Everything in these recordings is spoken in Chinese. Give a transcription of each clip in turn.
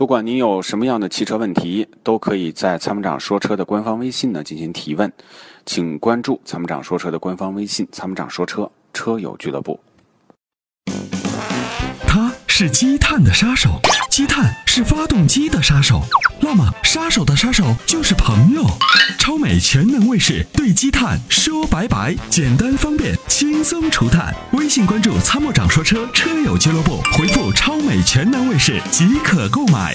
不管您有什么样的汽车问题，都可以在参谋长说车的官方微信进行提问，请关注参谋长说车的官方微信参谋长说车车友俱乐部。 它是积碳的杀手，积碳是发动机的杀手，那么杀手的杀手就是朋友。超美全能卫士对积碳说拜拜，简单方便，轻松除碳。微信关注参谋长说车车友俱乐部，回复超美全能卫士即可购买。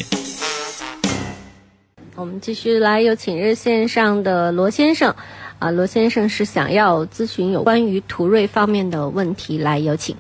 我们继续来有请热线上的罗先生罗先生是想要咨询有关于途锐方面的问题，来有请。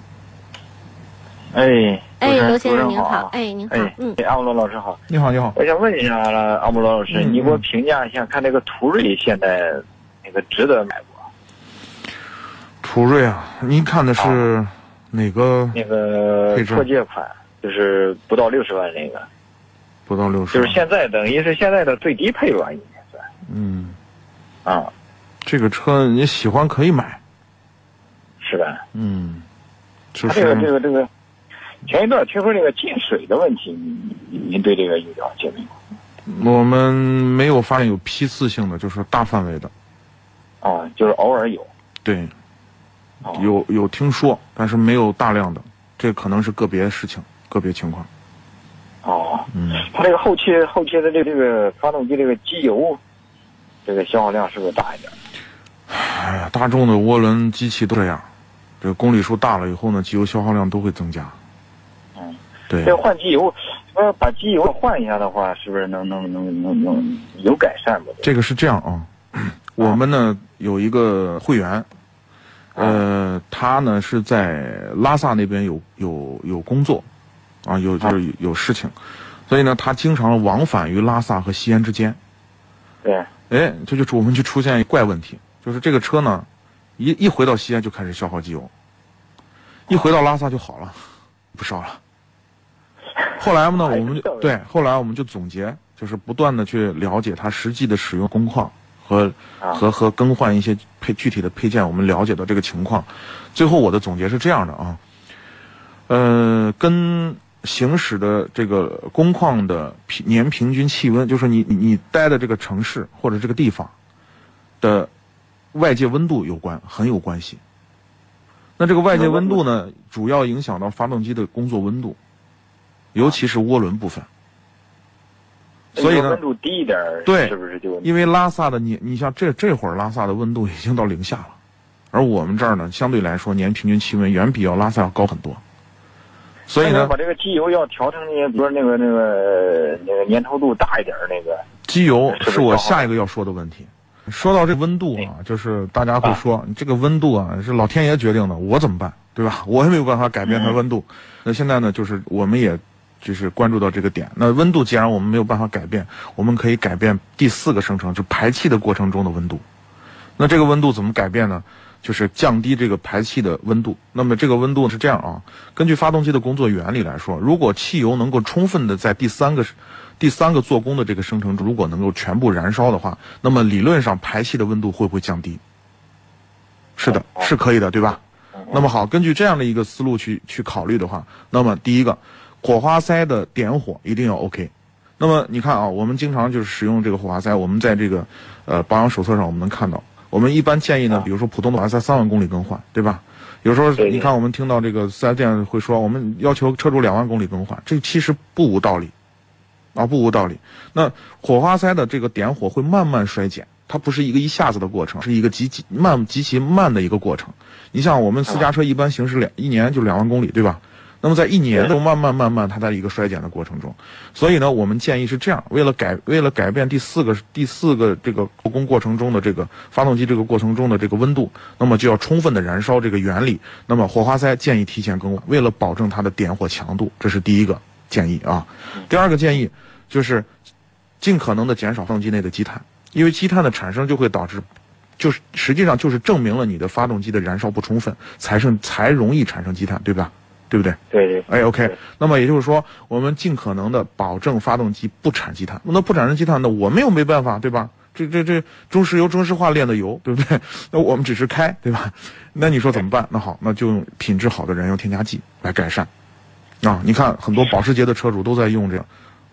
罗先生您好。您好。 阿姆罗老师好。 你好。 我想问一下阿姆罗老师，你给我评价一下，看这个途锐现在那个值得买不？ 途锐啊，您看的是哪个？ 那个错界款，就是不到60万那个。 不到60万。 就是现在等于是现在的最低配吧，应该算。 这个车你喜欢可以买， 是吧？ 就是这个。前一段听说这个进水的问题，您对这个有了解没有？ 我们没有发现有批次性的，就是大范围的。 就是偶尔有。 对。有听说，但是没有大量的，这可能是个别事情、个别情况。 它这个后期的这个发动机这个机油，这个消耗量是不是大一点？ 大众的涡轮机器都这样，这个公里数大了以后呢，机油消耗量都会增加。对， 这换机油，把机油换一下的话，是不是能有改善不？ 这个是这样我们呢有一个会员，他呢是在拉萨那边有工作，就是有事情，所以呢他经常往返于拉萨和西安之间。 对， 我们就出现怪问题，就是这个车呢，一回到西安就开始消耗机油，一回到拉萨就好了，不烧了。后来呢，后来我们就总结，就是不断的去了解它实际的使用工况和更换一些具体的配件，我们了解到这个情况。最后我的总结是这样的跟行驶的这个工况的年平均气温，就是你待的这个城市或者这个地方的外界温度很有关系。那这个外界温度呢，主要影响到发动机的工作温度，尤其是涡轮部分。所以呢， 温度低一点， 对， 是不是就？ 因为拉萨的你像这会儿拉萨的温度已经到零下了，而我们这儿呢，相对来说年平均气温远比拉萨要高很多。所以呢， 把这个机油要调成比如那个粘稠度大一点那个。 机油是我下一个要说的问题。说到这温度就是大家会说，这个温度是老天爷决定的，我怎么办，对吧？我也没有办法改变它温度。那现在呢，就是我们也就是关注到这个点。那温度既然我们没有办法改变，我们可以改变第4个生成，就排气的过程中的温度。那这个温度怎么改变呢？就是降低这个排气的温度。那么这个温度是这样根据发动机的工作原理来说，如果汽油能够充分的在第三个做工的这个生成中，如果能够全部燃烧的话，那么理论上排气的温度会不会降低？是的，是可以的，对吧？那么好，根据这样的一个思路去考虑的话，那么第一个，火花塞的点火一定要 OK。那么你看我们经常就是使用这个火花塞，我们在这个保养手册上我们能看到，我们一般建议呢，比如说普通的火花塞3万公里更换，对吧？有时候你看我们听到这个4S店会说，我们要求车主2万公里更换，这其实不无道理。不无道理。那火花塞的这个点火会慢慢衰减，它不是一下子的过程，是一个极其慢的一个过程。你像我们私家车一般行驶一年就2万公里，对吧？那么在1年的慢慢它在一个衰减的过程中，所以呢，我们建议是这样：为了改变第四个这个做工过程中的这个发动机这个过程中的这个温度，那么就要充分的燃烧这个原理。那么火花塞建议提前更换，为了保证它的点火强度，这是第一个建议第二个建议就是尽可能的减少发动机内的积碳，因为积碳的产生就会导致，就是实际上就是证明了你的发动机的燃烧不充分，才容易产生积碳，对吧？对不对？ 对。 OK。那么也就是说，我们尽可能的保证发动机不产积碳。那不产生积碳呢，我们又没办法，对吧？这中石油中石化炼的油，对不对？那我们只是开，对吧？那你说怎么办？那好，那就用品质好的燃油添加剂来改善。你看很多保时捷的车主都在用这样。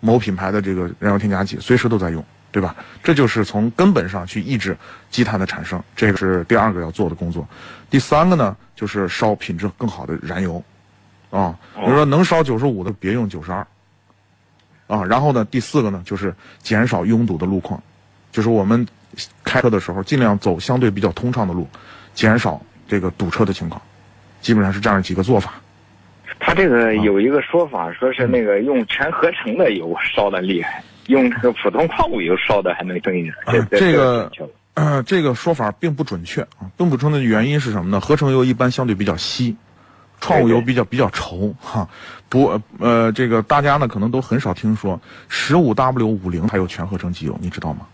某品牌的这个燃油添加剂，随时都在用，对吧？这就是从根本上去抑制积碳的产生，这个是第2个要做的工作。第3个呢，就是烧品质更好的燃油，啊，比如说能烧95的别用92，啊，然后呢，第4个呢，就是减少拥堵的路况，就是我们开车的时候尽量走相对比较通畅的路，减少这个堵车的情况，基本上是这样几个做法。 他这个有一个说法，说是那个用全合成的油烧的厉害，用这个普通矿物油烧的还能正一点。 这个说法并不准确啊，并不准确的原因是什么呢？合成油一般相对比较稀，矿物油比较稠哈。这个大家呢可能都很少听说15W50还有全合成机油，你知道吗？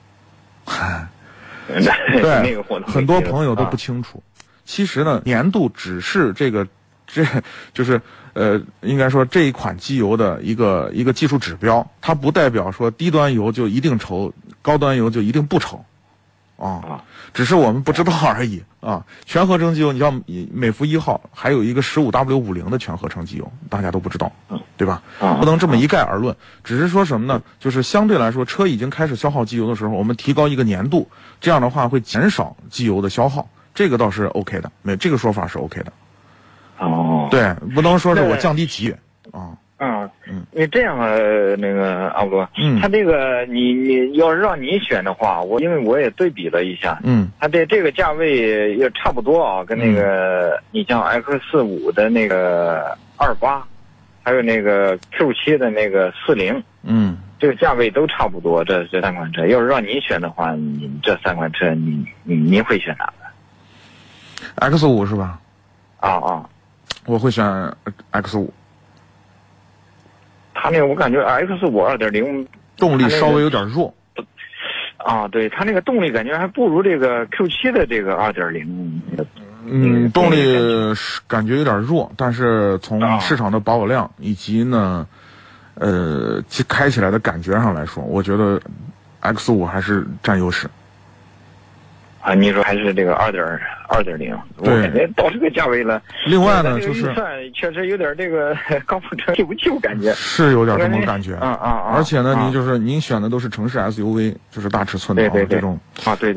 对，很多朋友都不清楚。其实呢，粘度只是这就是应该说这一款机油的一个技术指标，它不代表说低端油就一定稠，高端油就一定不稠，啊，只是我们不知道而已啊。全合成机油，你像美孚1号还有一个15W50的全合成机油，大家都不知道，对吧？不能这么一概而论，只是说什么呢？就是相对来说，车已经开始消耗机油的时候，我们提高一个粘度，这样的话会减少机油的消耗，这个倒是 OK 的，这个说法是 OK 的。 哦， 对，不能说是我降低级别啊。 你这样那个阿波，他这个你要是让你选的话，因为我也对比了一下，他这个价位也差不多啊，跟那个你像 X45的那个28，还有那个 Q7的那个40，这个价位都差不多。这3款车，要是让你选的话，你这3款车你会选哪个 ？X5是吧？我会选 X5。 他那个我感觉 X5 2.0 动力稍微有点弱。 对，他那个动力感觉还不如这个 Q7 的这个2.0。 动力感觉有点弱，但是从市场的保有量以及呢，开起来的感觉上来说，我觉得 X5 还是占优势。 你说还是这个2.0，我感觉到这个价位了。 另外呢，就是确实有点这个高富城旧感觉， 是有点这种感觉。而且呢，您选的都是城市 SUV， 就是大尺寸的这种。 对。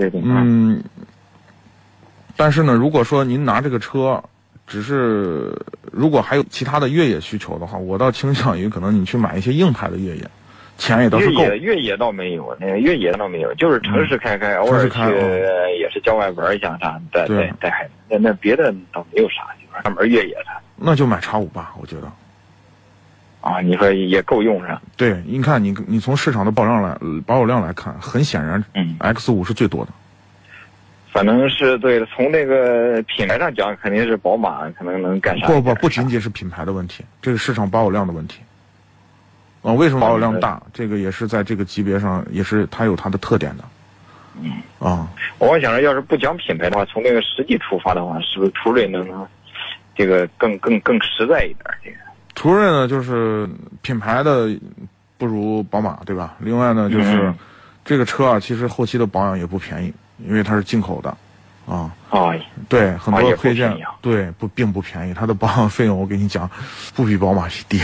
但是呢，如果说您拿这个车，如果还有其他的越野需求的话，我倒倾向于可能你去买一些硬派的越野。钱也倒是够。 越野倒没有，那个越野倒没有，就是城市开，偶尔去也是郊外玩一下啥，带孩子。那别的倒没有啥，就是专门越野的。 那就买X5吧，我觉得。 你说也够用上。 对，你看你从市场的保有量来看，很显然，X5是最多的。 反正是对，从这个品牌上讲，肯定是宝马可能能干啥。 不仅仅是品牌的问题，这是市场保有量的问题。为什么保有量大？这个也是在这个级别上，也是它有它的特点的。 我想着，要是不讲品牌的话，从这个实际出发的话，是不是途锐能这个更实在一点？这个途锐呢，就是品牌的不如宝马，对吧？另外呢，就是这个车其实后期的保养也不便宜，因为它是进口的。对，很多配件并不便宜，它的保养费用我跟你讲，不比宝马低。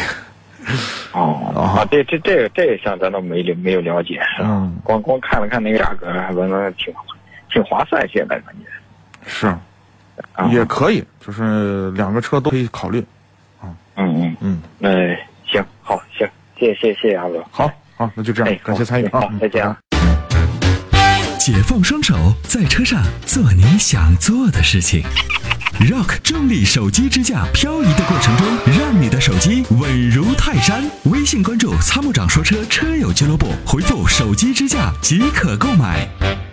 这像咱都没有了解，是吧？光看了看那个价格，还能挺划算，现在感觉是，也可以，就是2个车都可以考虑。 行，好，行，谢谢阿哥。 好，那就这样，感谢参与啊， 再见。 解放双手，在车上做你想做的事情。Rock 重力手机支架，漂移的过程中，让你的手机稳如泰山。微信关注参谋长说车车友俱乐部，回复手机支架即可购买。